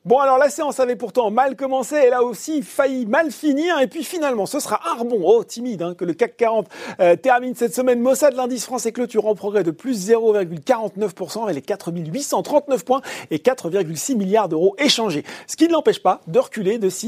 Bon, alors la séance avait pourtant mal commencé, elle a aussi failli mal finir, et puis finalement ce sera un rebond, timide, que le CAC 40 termine cette semaine. Mossad, l'indice français clôture en progrès de plus 0,49% avec les 4839 points et 4,6 milliards d'euros échangés. Ce qui ne l'empêche pas de reculer de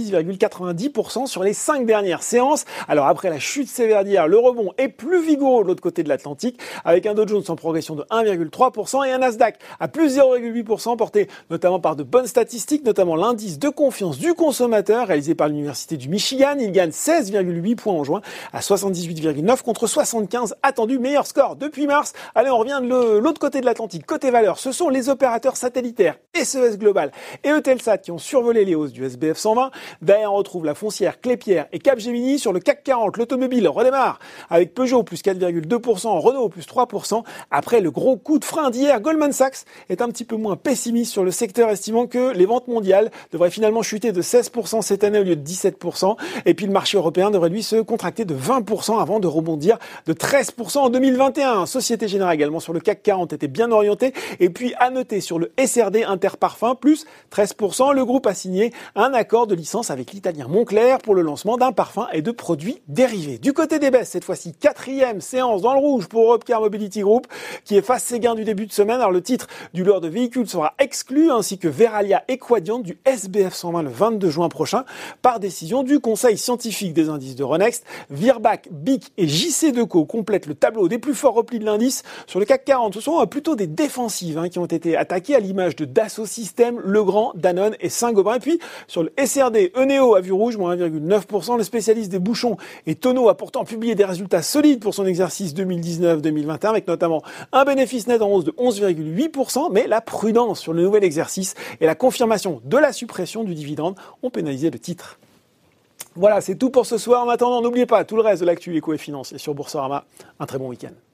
6,90% sur les 5 dernières séances. Alors après la chute sévère d'hier, le rebond est plus vigoureux de l'autre côté de l'Atlantique, avec un Dow Jones en progression de 1,3% et un Nasdaq à plus 0,8%, porté notamment par de bonnes statistiques, notamment l'indice de confiance du consommateur réalisé par l'Université du Michigan. Il gagne 16,8 points en juin à 78,9 contre 75 attendus. Meilleur score depuis mars. Allez, on revient de l'autre côté de l'Atlantique. Côté valeur, ce sont les opérateurs satellitaires SES Global et Eutelsat qui ont survolé les hausses du SBF 120. Derrière, on retrouve la foncière Klépierre et Capgemini. Sur le CAC 40, l'automobile redémarre avec Peugeot plus 4,2%, Renault plus 3%. Après le gros coup de frein d'hier, Goldman Sachs est un petit peu moins pessimiste sur le secteur, estimant que les ventes mondiales devrait finalement chuter de 16% cette année au lieu de 17%. Et puis le marché européen devrait lui se contracter de 20% avant de rebondir de 13% en 2021. Société Générale également sur le CAC 40 était bien orienté. Et puis à noter sur le SRD Interparfums plus 13%. Le groupe a signé un accord de licence avec l'italien Moncler pour le lancement d'un parfum et de produits dérivés. Du côté des baisses, cette fois-ci 4e séance dans le rouge pour Europcar Mobility Group qui efface ses gains du début de semaine. Alors le titre du lot de véhicules sera exclu ainsi que Verallia et Quadient du SBF 120 le 22 juin prochain par décision du conseil scientifique des indices de Euronext. Virbac, BIC et JC2Co complètent le tableau des plus forts replis de l'indice. Sur le CAC 40, ce sont plutôt des défensives qui ont été attaquées à l'image de Dassault Systèmes, Legrand, Danone et Saint-Gobain. Et puis sur le SRD, Eneo a vu rouge, moins 1,9%. Le spécialiste des bouchons et tonneaux a pourtant publié des résultats solides pour son exercice 2019-2021 avec notamment un bénéfice net en hausse de 11,8%. Mais la prudence sur le nouvel exercice et la confirmation de la suppression du dividende ont pénalisé le titre. Voilà, c'est tout pour ce soir. En attendant, n'oubliez pas tout le reste de l'actu éco et finance et sur Boursorama. Un très bon week-end.